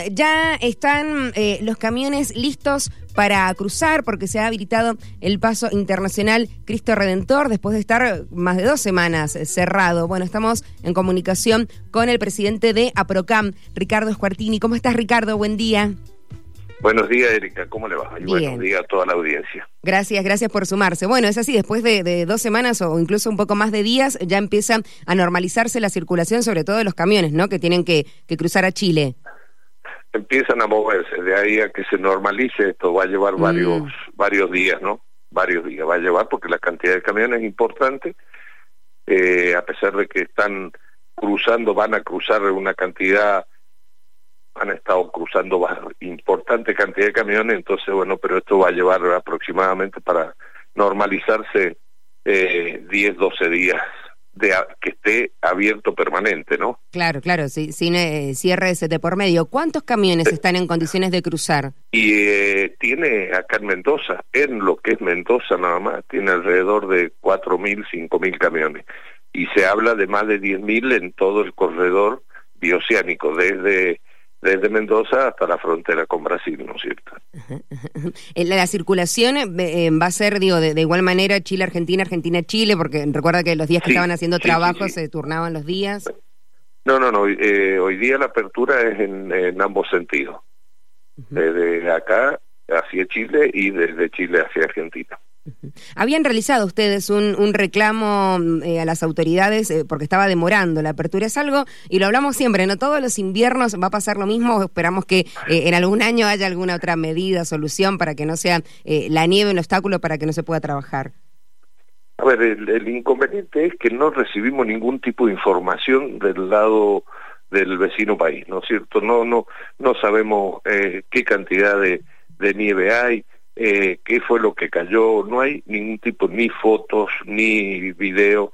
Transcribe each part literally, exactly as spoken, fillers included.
ya están eh, los camiones listos para cruzar porque se ha habilitado el paso internacional Cristo Redentor después de estar más de dos semanas cerrado. Bueno, estamos en comunicación con el presidente de APROCAM, Ricardo Squartini. ¿Cómo estás, Ricardo? Buen día. Buenos días, Erika, ¿cómo le va? Y Bien. Buenos días a toda la audiencia. Gracias, gracias por sumarse. Bueno, es así, después de, de dos semanas o incluso un poco más de días, ya empieza a normalizarse la circulación, sobre todo de los camiones, ¿no?, que tienen que, que cruzar a Chile. Empiezan a moverse, de ahí a que se normalice esto va a llevar mm. varios varios días, ¿no? Varios días va a llevar porque la cantidad de camiones es importante, eh, a pesar de que están cruzando, van a cruzar una cantidad... han estado cruzando importante cantidad de camiones, entonces bueno, pero esto va a llevar aproximadamente para normalizarse eh, diez, doce días de a, que esté abierto permanente, ¿no? Claro, claro, sí, sin eh, cierres de por medio. ¿Cuántos camiones sí. están en condiciones de cruzar? Y eh, tiene acá en Mendoza, en lo que es Mendoza nada más, tiene alrededor de cuatro mil, cinco mil camiones. Y se habla de más de diez mil en todo el corredor bioceánico, desde... desde Mendoza hasta la frontera con Brasil, ¿no es cierto? La, la circulación eh, va a ser, digo, de, de igual manera Chile-Argentina, Argentina-Chile, porque recuerda que los días que sí, estaban haciendo sí, trabajos sí, sí. se turnaban los días. No, no, no, eh, hoy día la apertura es en, en ambos sentidos, uh-huh. desde acá hacia Chile y desde Chile hacia Argentina. Habían realizado ustedes un, un reclamo eh, a las autoridades eh, porque estaba demorando la apertura. Es algo, y lo hablamos siempre, no todos los inviernos va a pasar lo mismo. Esperamos que eh, en algún año haya alguna otra medida, solución para que no sea eh, la nieve un obstáculo para que no se pueda trabajar. A ver, el, el inconveniente es que no recibimos ningún tipo de información del lado del vecino país, ¿no es cierto? No, no, no sabemos eh, qué cantidad de, de nieve hay. Eh, qué fue lo que cayó, no hay ningún tipo, ni fotos, ni video,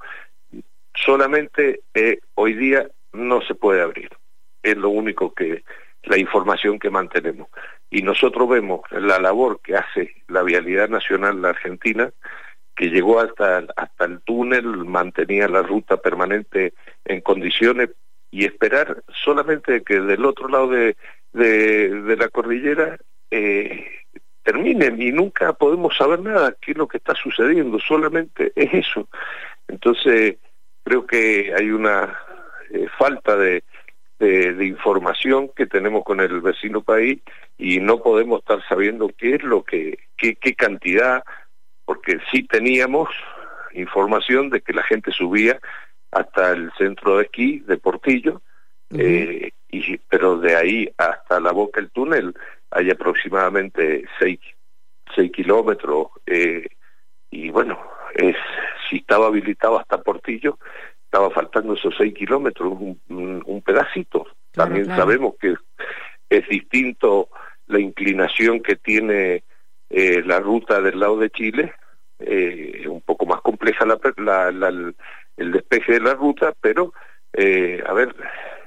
solamente eh, hoy día no se puede abrir, es lo único que, la información que mantenemos. Y nosotros vemos la labor que hace la Vialidad Nacional de Argentina, que llegó hasta, hasta el túnel, mantenía la ruta permanente en condiciones, y esperar solamente que del otro lado de, de, de la cordillera, eh, terminen y nunca podemos saber nada qué es lo que está sucediendo, solamente es eso. Entonces creo que hay una eh, falta de, de, de información que tenemos con el vecino país y no podemos estar sabiendo qué es lo que, qué, qué cantidad, porque sí teníamos información de que la gente subía hasta el centro de esquí de Portillo, uh-huh. eh, y, pero de ahí hasta la boca del túnel hay aproximadamente seis, seis kilómetros, eh, y bueno, es, si estaba habilitado hasta Portillo, estaba faltando esos seis kilómetros, un, un, un pedacito. Claro, También claro. sabemos que es distinto la inclinación que tiene eh, la ruta del lado de Chile, eh, un poco más compleja la, la, la, el despeje de la ruta, pero, eh, a ver...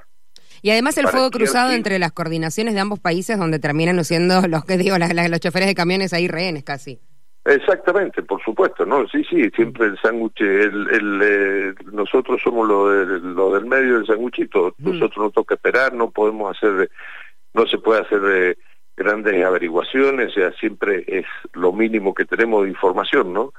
Y además el fuego cruzado entre las coordinaciones de ambos países, donde terminan siendo los que digo, las, las, los choferes de camiones ahí rehenes casi. Exactamente, por supuesto, ¿no? Sí, sí, siempre el sándwich, el, el, eh, nosotros somos lo, de, lo del medio del sanguchito, mm. nosotros no toca esperar, no podemos hacer, no se puede hacer eh, grandes averiguaciones, o sea, siempre es lo mínimo que tenemos de información, ¿no?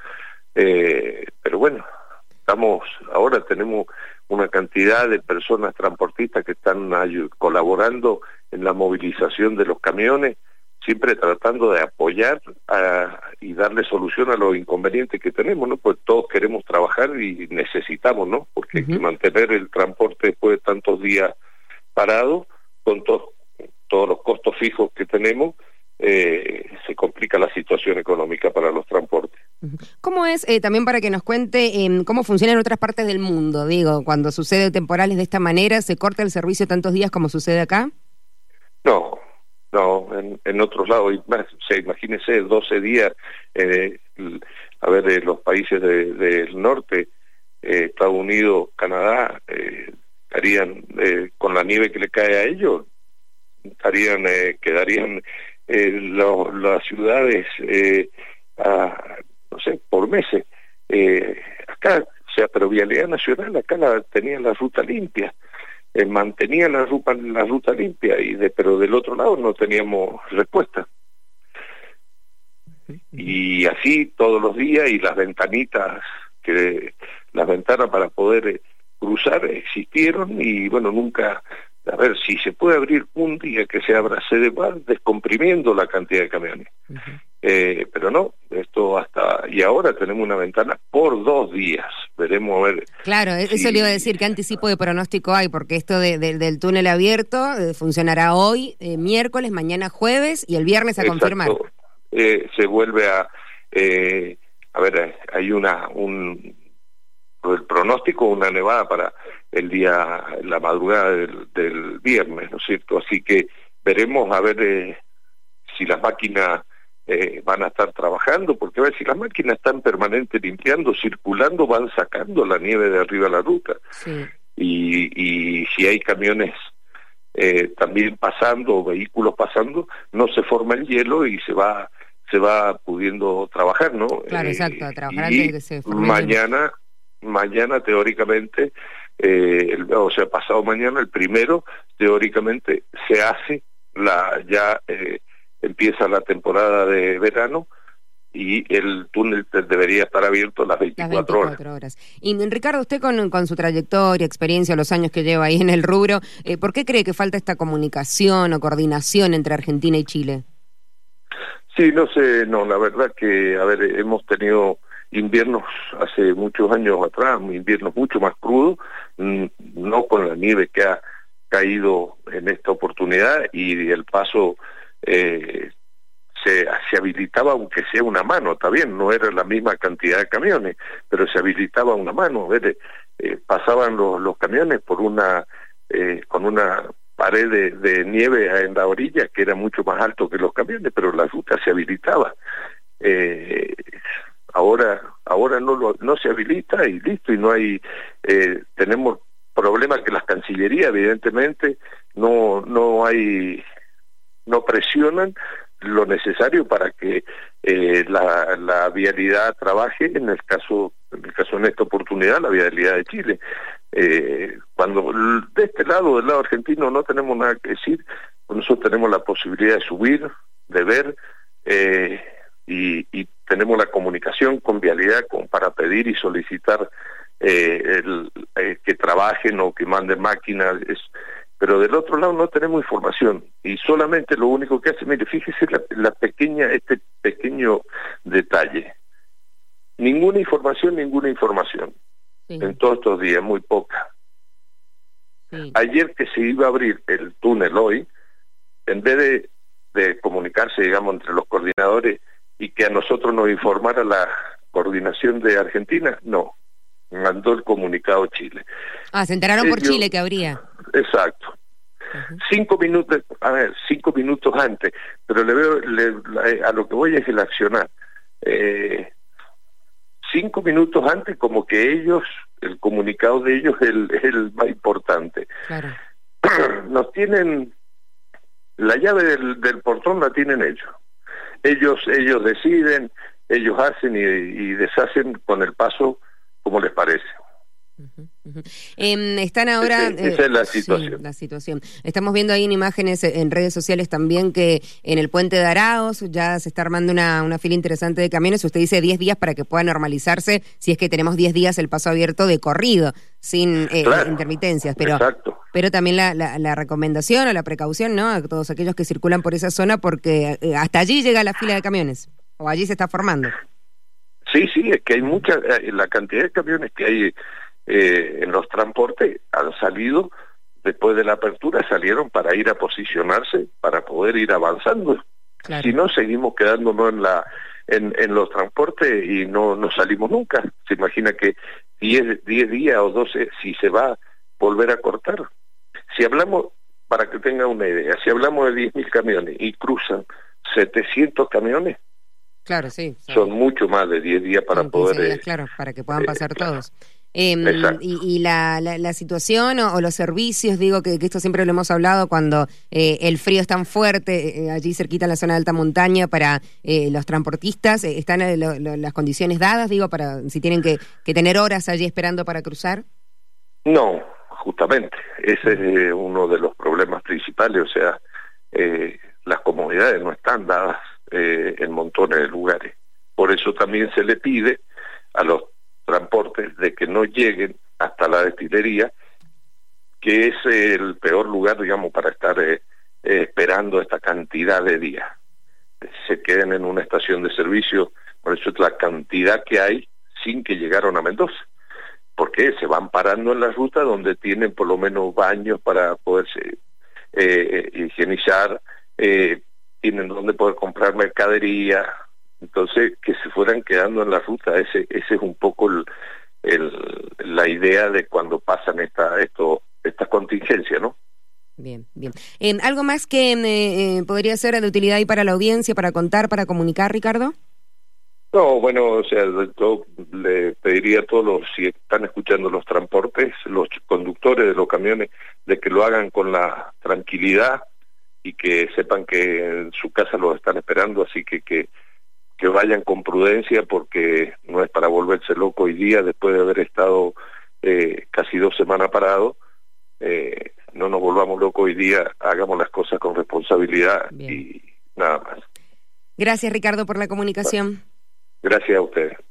Eh, pero bueno, estamos, ahora tenemos una cantidad de personas transportistas que están colaborando en la movilización de los camiones, siempre tratando de apoyar a, y darle solución a los inconvenientes que tenemos, ¿no? Pues todos queremos trabajar y necesitamos, ¿no? Porque uh-huh. hay que mantener el transporte después de tantos días parado, con to- todos los costos fijos que tenemos, eh, se complica la situación económica para los transportes. ¿Cómo es, eh, también para que nos cuente, eh, cómo funciona en otras partes del mundo? Digo, cuando sucede temporales de esta manera, ¿se corta el servicio tantos días como sucede acá? No, no, en, en otros lados, o sea, imagínese doce días, eh, a ver, eh, los países de, del norte, eh, Estados Unidos, Canadá, eh, estarían eh, con la nieve que le cae a ellos, estarían, eh, quedarían eh, lo, las ciudades eh, a, no sé, por meses. Eh, acá, o sea, pero Vialidad Nacional acá la, tenía la ruta limpia. eh, mantenía la ruta, la ruta limpia, y de, pero del otro lado no teníamos respuesta. Y así todos los días, y las ventanitas, que las ventanas para poder eh, cruzar existieron, y bueno, nunca, a ver, si se puede abrir un día que se abra, se va descomprimiendo la cantidad de camiones. Uh-huh. eh, pero no, esto hasta, y ahora tenemos una ventana por dos días, veremos a ver. Claro, si... eso le iba a decir, ¿qué anticipo de pronóstico hay? Porque esto de, de, del túnel abierto eh, funcionará hoy, eh, miércoles, mañana jueves, y el viernes a Exacto. confirmar. Eh, se vuelve a, eh, a ver, hay una, un, el pronóstico, una nevada para el día, la madrugada del, del viernes, ¿no es cierto? Así que veremos a ver eh, si las máquinas eh, van a estar trabajando, porque a ver, si las máquinas están permanente limpiando, circulando, van sacando la nieve de arriba de la ruta. Sí. Y, y si hay camiones eh, también pasando, o vehículos pasando, no se forma el hielo y se va se va pudiendo trabajar, ¿no? Claro, eh, exacto, a trabajar y antes de que se forme mañana, mañana teóricamente, eh, el, o sea, pasado mañana, el primero, teóricamente, se hace, la ya eh, empieza la temporada de verano, y el túnel debería estar abierto las veinticuatro, las veinticuatro horas. Y Ricardo, usted con, con su trayectoria, experiencia, los años que lleva ahí en el rubro, eh, ¿por qué cree que falta esta comunicación o coordinación entre Argentina y Chile? Sí, no sé, no, la verdad que, a ver, hemos tenido inviernos hace muchos años atrás, inviernos mucho más crudos, no con la nieve que ha caído en esta oportunidad, y el paso eh, se, se habilitaba, aunque sea una mano, está bien, no era la misma cantidad de camiones, pero se habilitaba una mano, a ver, eh, pasaban los, los camiones por una, eh, con una pared de, de nieve en la orilla, que era mucho más alto que los camiones, pero la ruta se habilitaba. Eh, ahora ahora no lo, no se habilita, y listo, y no hay, eh, tenemos problemas que las cancillerías evidentemente no no hay, no presionan lo necesario para que eh, la, la vialidad trabaje, en el caso en el caso en esta oportunidad la vialidad de Chile. Eh, cuando de este lado, del lado argentino, no tenemos nada que decir, nosotros tenemos la posibilidad de subir, de ver, eh, y, y tenemos la comunicación con vialidad con, para pedir y solicitar eh, el, eh, que trabajen o que manden máquinas, es, pero del otro lado no tenemos información, y solamente lo único que hace, mire, fíjese la, la pequeña, este pequeño detalle, ninguna información, ninguna información. Sí. En todos estos días, muy poca. Sí. Ayer que se iba a abrir el túnel hoy, en vez de, de comunicarse, digamos, entre los coordinadores y que a nosotros nos informara la coordinación de Argentina, no, mandó el comunicado Chile. Ah, se enteraron Ellos, por Chile que habría. Exacto. Uh-huh. Cinco minutos, a ver, cinco minutos antes, pero le veo, le, a lo que voy es el accionar. Eh, cinco minutos antes, como que ellos, el comunicado de ellos es el, es el más importante. Claro. Nos tienen, la llave del, del portón la tienen ellos. Ellos ellos deciden, ellos hacen y, y deshacen con el paso como les parece. Uh-huh, uh-huh. Eh, están ahora... Ese, esa eh, es la situación. Sí, la situación. Estamos viendo ahí en imágenes en redes sociales también que en el puente de Araos ya se está armando una, una fila interesante de camiones. Usted dice diez días para que pueda normalizarse, si es que tenemos diez días el paso abierto de corrido, sin eh, claro, intermitencias. Pero, exacto. Pero también la, la, la recomendación o la precaución, ¿no?, a todos aquellos que circulan por esa zona, porque eh, hasta allí llega la fila de camiones, o allí se está formando. Sí, sí, es que hay mucha, la cantidad de camiones que hay eh, en los transportes han salido, después de la apertura, salieron para ir a posicionarse, para poder ir avanzando. Claro. Si no, seguimos quedándonos en la en, en los transportes y no, no salimos nunca. Se imagina que diez días o doce, si se va a volver a cortar. Si hablamos, para que tenga una idea, si hablamos de diez mil camiones y cruzan setecientos camiones, claro, sí, sí. Son mucho más de diez días para poder... Días, eh, claro, para que puedan pasar eh, claro. todos. Eh, y, y la, la, la situación o, o los servicios, digo que, que esto siempre lo hemos hablado cuando eh, el frío es tan fuerte, eh, allí cerquita en la zona de alta montaña, para eh, los transportistas, eh, ¿están eh, lo, lo, las condiciones dadas, digo, para si tienen que, que tener horas allí esperando para cruzar? No, justamente, ese es eh, uno de los problemas principales, o sea, eh, las comodidades no están dadas eh, en montones de lugares. Por eso también se le pide a los transportes de que no lleguen hasta la destilería, que es el peor lugar, digamos, para estar eh, eh, esperando esta cantidad de días. Se queden en una estación de servicio, por eso es la cantidad que hay sin que llegaron a Mendoza, porque se van parando en la ruta donde tienen por lo menos baños para poderse eh, higienizar, eh, tienen donde poder comprar mercadería, entonces que se fueran quedando en la ruta. Ese ese es un poco el, el, la idea de cuando pasan esta esto estas contingencias, ¿no? Bien, bien. Eh, ¿Algo más que eh, podría ser de utilidad ahí para la audiencia, para contar, para comunicar, Ricardo? No, bueno, o sea, yo le pediría a todos los, si están escuchando los transportes, los conductores de los camiones, de que lo hagan con la tranquilidad y que sepan que en su casa los están esperando, así que que, que vayan con prudencia, porque no es para volverse loco hoy día, después de haber estado eh, casi dos semanas parado. Eh, no nos volvamos locos hoy día, hagamos las cosas con responsabilidad. Bien. Y nada más. Gracias, Ricardo, por la comunicación. Gracias a ustedes.